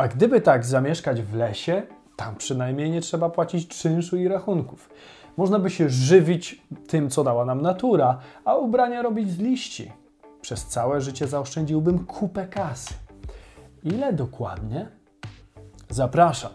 A gdyby tak zamieszkać w lesie, tam przynajmniej nie trzeba płacić czynszu i rachunków. Można by się żywić tym, co dała nam natura, a ubrania robić z liści. Przez całe życie zaoszczędziłbym kupę kasy. Ile dokładnie? Zapraszam.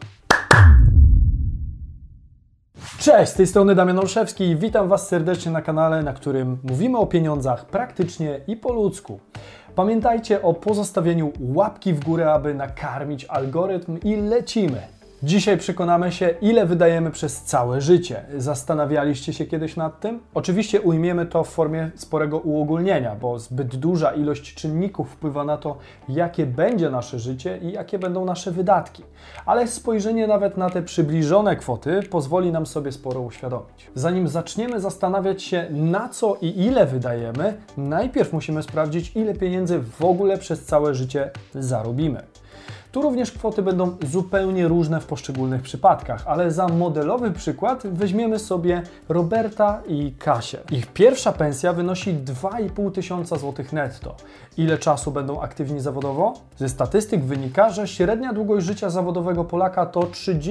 Cześć, z tej strony Damian Olszewski i witam Was serdecznie na kanale, na którym mówimy o pieniądzach praktycznie i po ludzku. Pamiętajcie o pozostawieniu łapki w górę, aby nakarmić algorytm i lecimy. Dzisiaj przekonamy się, ile wydajemy przez całe życie. Zastanawialiście się kiedyś nad tym? Oczywiście ujmiemy to w formie sporego uogólnienia, bo zbyt duża ilość czynników wpływa na to, jakie będzie nasze życie i jakie będą nasze wydatki. Ale spojrzenie nawet na te przybliżone kwoty pozwoli nam sobie sporo uświadomić. Zanim zaczniemy zastanawiać się, na co i ile wydajemy, najpierw musimy sprawdzić, ile pieniędzy w ogóle przez całe życie zarobimy. Tu również kwoty będą zupełnie różne w poszczególnych przypadkach, ale za modelowy przykład weźmiemy sobie Roberta i Kasię. Ich pierwsza pensja wynosi 2,5 tysiąca złotych netto. Ile czasu będą aktywni zawodowo? Ze statystyk wynika, że średnia długość życia zawodowego Polaka to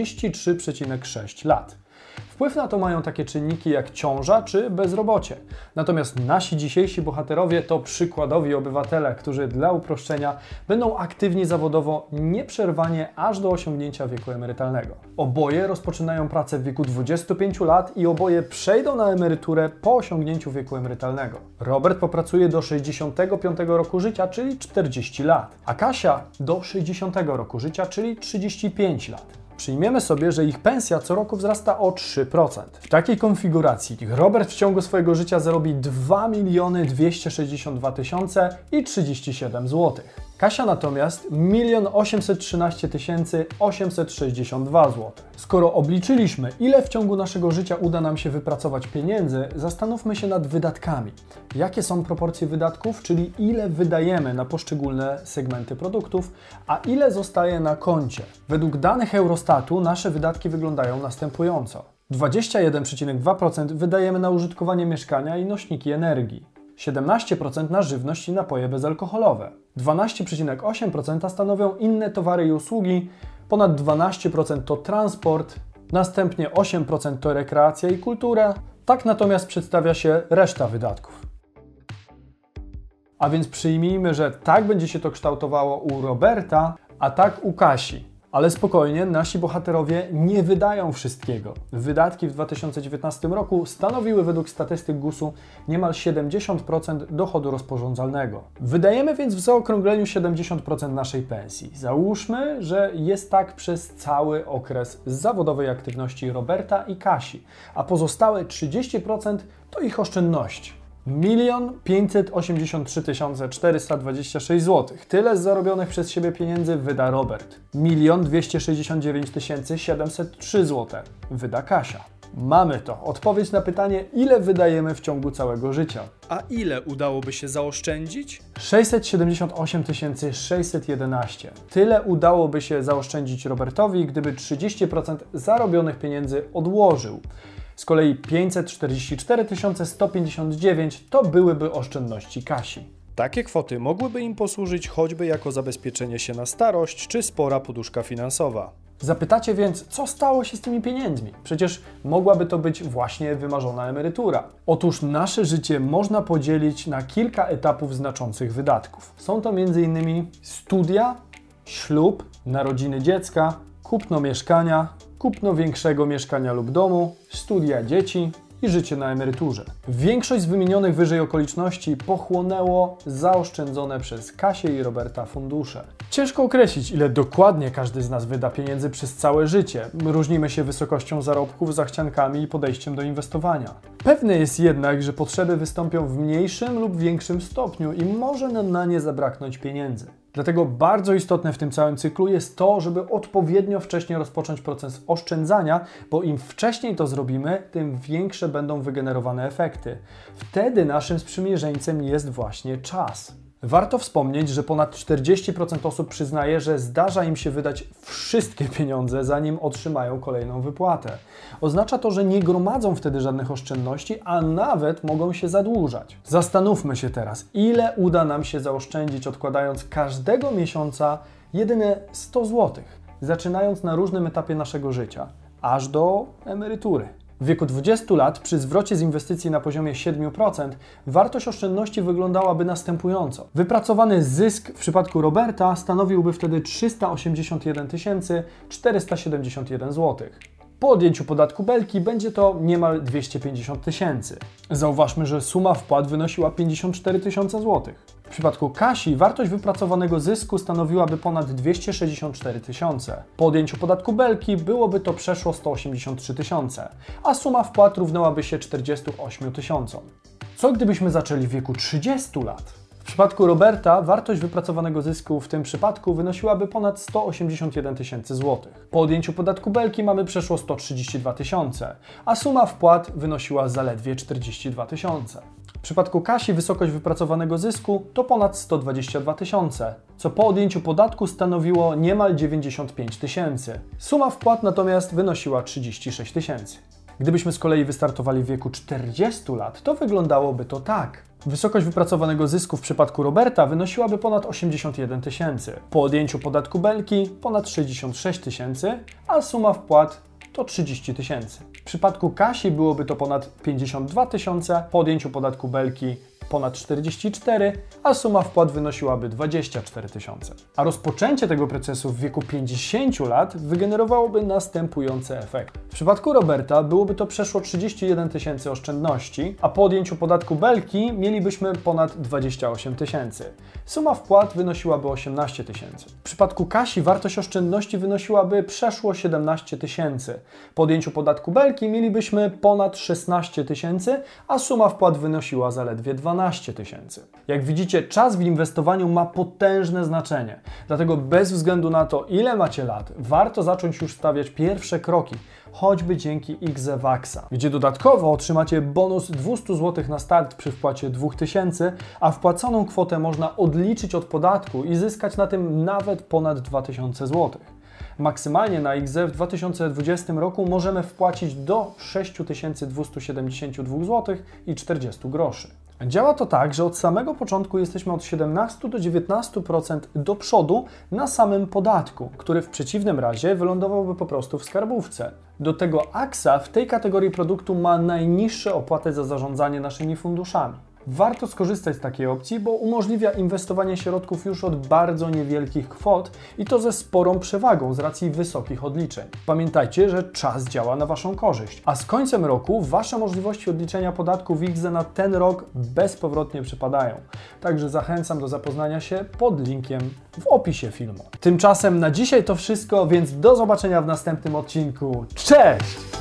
33,6 lat. Wpływ na to mają takie czynniki jak ciąża czy bezrobocie. Natomiast nasi dzisiejsi bohaterowie to przykładowi obywatele, którzy dla uproszczenia będą aktywni zawodowo nieprzerwanie aż do osiągnięcia wieku emerytalnego. Oboje rozpoczynają pracę w wieku 25 lat i oboje przejdą na emeryturę po osiągnięciu wieku emerytalnego. Robert popracuje do 65 roku życia, czyli 40 lat, a Kasia do 60 roku życia, czyli 35 lat. Przyjmiemy sobie, że ich pensja co roku wzrasta o 3%. W takiej konfiguracji Robert w ciągu swojego życia zarobi 2 262 037 zł. Kasia natomiast 1 813 862 zł. Skoro obliczyliśmy, ile w ciągu naszego życia uda nam się wypracować pieniędzy, zastanówmy się nad wydatkami. Jakie są proporcje wydatków, czyli ile wydajemy na poszczególne segmenty produktów, a ile zostaje na koncie. Według danych Eurostatu nasze wydatki wyglądają następująco. 21,2% wydajemy na użytkowanie mieszkania i nośniki energii. 17% na żywność i napoje bezalkoholowe. 12,8% stanowią inne towary i usługi, ponad 12% to transport, następnie 8% to rekreacja i kultura. Tak natomiast przedstawia się reszta wydatków. A więc przyjmijmy, że tak będzie się to kształtowało u Roberta, a tak u Kasi. Ale spokojnie, nasi bohaterowie nie wydają wszystkiego. Wydatki w 2019 roku stanowiły według statystyk GUS-u niemal 70% dochodu rozporządzalnego. Wydajemy więc w zaokrągleniu 70% naszej pensji. Załóżmy, że jest tak przez cały okres zawodowej aktywności Roberta i Kasi, a pozostałe 30% to ich oszczędności. 1 583 426 zł. Tyle z zarobionych przez siebie pieniędzy wyda Robert. 1 269 703 zł. Wyda Kasia. Mamy to. Odpowiedź na pytanie, ile wydajemy w ciągu całego życia. A ile udałoby się zaoszczędzić? 678 611. Tyle udałoby się zaoszczędzić Robertowi, gdyby 30% zarobionych pieniędzy odłożył. Z kolei 544 159 to byłyby oszczędności Kasi. Takie kwoty mogłyby im posłużyć choćby jako zabezpieczenie się na starość czy spora poduszka finansowa. Zapytacie więc, co stało się z tymi pieniędzmi? Przecież mogłaby to być właśnie wymarzona emerytura. Otóż nasze życie można podzielić na kilka etapów znaczących wydatków. Są to m.in. studia, ślub, narodziny dziecka, kupno mieszkania, kupno większego mieszkania lub domu, studia dzieci i życie na emeryturze. Większość z wymienionych wyżej okoliczności pochłonęło zaoszczędzone przez Kasię i Roberta fundusze. Ciężko określić, ile dokładnie każdy z nas wyda pieniędzy przez całe życie. Różnimy się wysokością zarobków, zachciankami i podejściem do inwestowania. Pewne jest jednak, że potrzeby wystąpią w mniejszym lub większym stopniu i może nam na nie zabraknąć pieniędzy. Dlatego bardzo istotne w tym całym cyklu jest to, żeby odpowiednio wcześnie rozpocząć proces oszczędzania, bo im wcześniej to zrobimy, tym większe będą wygenerowane efekty. Wtedy naszym sprzymierzeńcem jest właśnie czas. Warto wspomnieć, że ponad 40% osób przyznaje, że zdarza im się wydać wszystkie pieniądze, zanim otrzymają kolejną wypłatę. Oznacza to, że nie gromadzą wtedy żadnych oszczędności, a nawet mogą się zadłużać. Zastanówmy się teraz, ile uda nam się zaoszczędzić, odkładając każdego miesiąca jedyne 100 zł, zaczynając na różnym etapie naszego życia, aż do emerytury. W wieku 20 lat przy zwrocie z inwestycji na poziomie 7% wartość oszczędności wyglądałaby następująco. Wypracowany zysk w przypadku Roberta stanowiłby wtedy 381 471 zł. Po odjęciu podatku Belki będzie to niemal 250 tysięcy. Zauważmy, że suma wpłat wynosiła 54 tysiące złotych. W przypadku Kasi wartość wypracowanego zysku stanowiłaby ponad 264 tysiące. Po odjęciu podatku Belki byłoby to przeszło 183 tysiące, a suma wpłat równałaby się 48 tysiącom. Co gdybyśmy zaczęli w wieku 30 lat? W przypadku Roberta wartość wypracowanego zysku w tym przypadku wynosiłaby ponad 181 tysięcy złotych. Po odjęciu podatku Belki mamy przeszło 132 tysiące, a suma wpłat wynosiła zaledwie 42 tysiące. W przypadku Kasi wysokość wypracowanego zysku to ponad 122 tysiące, co po odjęciu podatku stanowiło niemal 95 tysięcy. Suma wpłat natomiast wynosiła 36 tysięcy. Gdybyśmy z kolei wystartowali w wieku 40 lat, to wyglądałoby to tak. Wysokość wypracowanego zysku w przypadku Roberta wynosiłaby ponad 81 tysięcy. Po odjęciu podatku Belki ponad 66 tysięcy, a suma wpłat to 30 tysięcy. W przypadku Kasi byłoby to ponad 52 tysiące, po odjęciu podatku Belki ponad 44, a suma wpłat wynosiłaby 24 tysiące. A rozpoczęcie tego procesu w wieku 50 lat wygenerowałoby następujący efekt. W przypadku Roberta byłoby to przeszło 31 tysięcy oszczędności, a po odjęciu podatku Belki mielibyśmy ponad 28 tysięcy. Suma wpłat wynosiłaby 18 tysięcy. W przypadku Kasi wartość oszczędności wynosiłaby przeszło 17 tysięcy. Po odjęciu podatku Belki mielibyśmy ponad 16 tysięcy, a suma wpłat wynosiła zaledwie 12 tysięcy. Jak widzicie, czas w inwestowaniu ma potężne znaczenie. Dlatego bez względu na to, ile macie lat, warto zacząć już stawiać pierwsze kroki, choćby dzięki XEVAXA, gdzie dodatkowo otrzymacie bonus 200 zł na start przy wpłacie 2000, a wpłaconą kwotę można odliczyć od podatku i zyskać na tym nawet ponad 2000 zł. Maksymalnie na XE w 2020 roku możemy wpłacić do 6272 zł i 40 groszy. Działa to tak, że od samego początku jesteśmy od 17 do 19% do przodu na samym podatku, który w przeciwnym razie wylądowałby po prostu w skarbówce. Do tego AXA w tej kategorii produktu ma najniższe opłaty za zarządzanie naszymi funduszami. Warto skorzystać z takiej opcji, bo umożliwia inwestowanie środków już od bardzo niewielkich kwot i to ze sporą przewagą z racji wysokich odliczeń. Pamiętajcie, że czas działa na Waszą korzyść, a z końcem roku Wasze możliwości odliczenia podatku w IKZE na ten rok bezpowrotnie przypadają. Także zachęcam do zapoznania się pod linkiem w opisie filmu. Tymczasem na dzisiaj to wszystko, więc do zobaczenia w następnym odcinku. Cześć!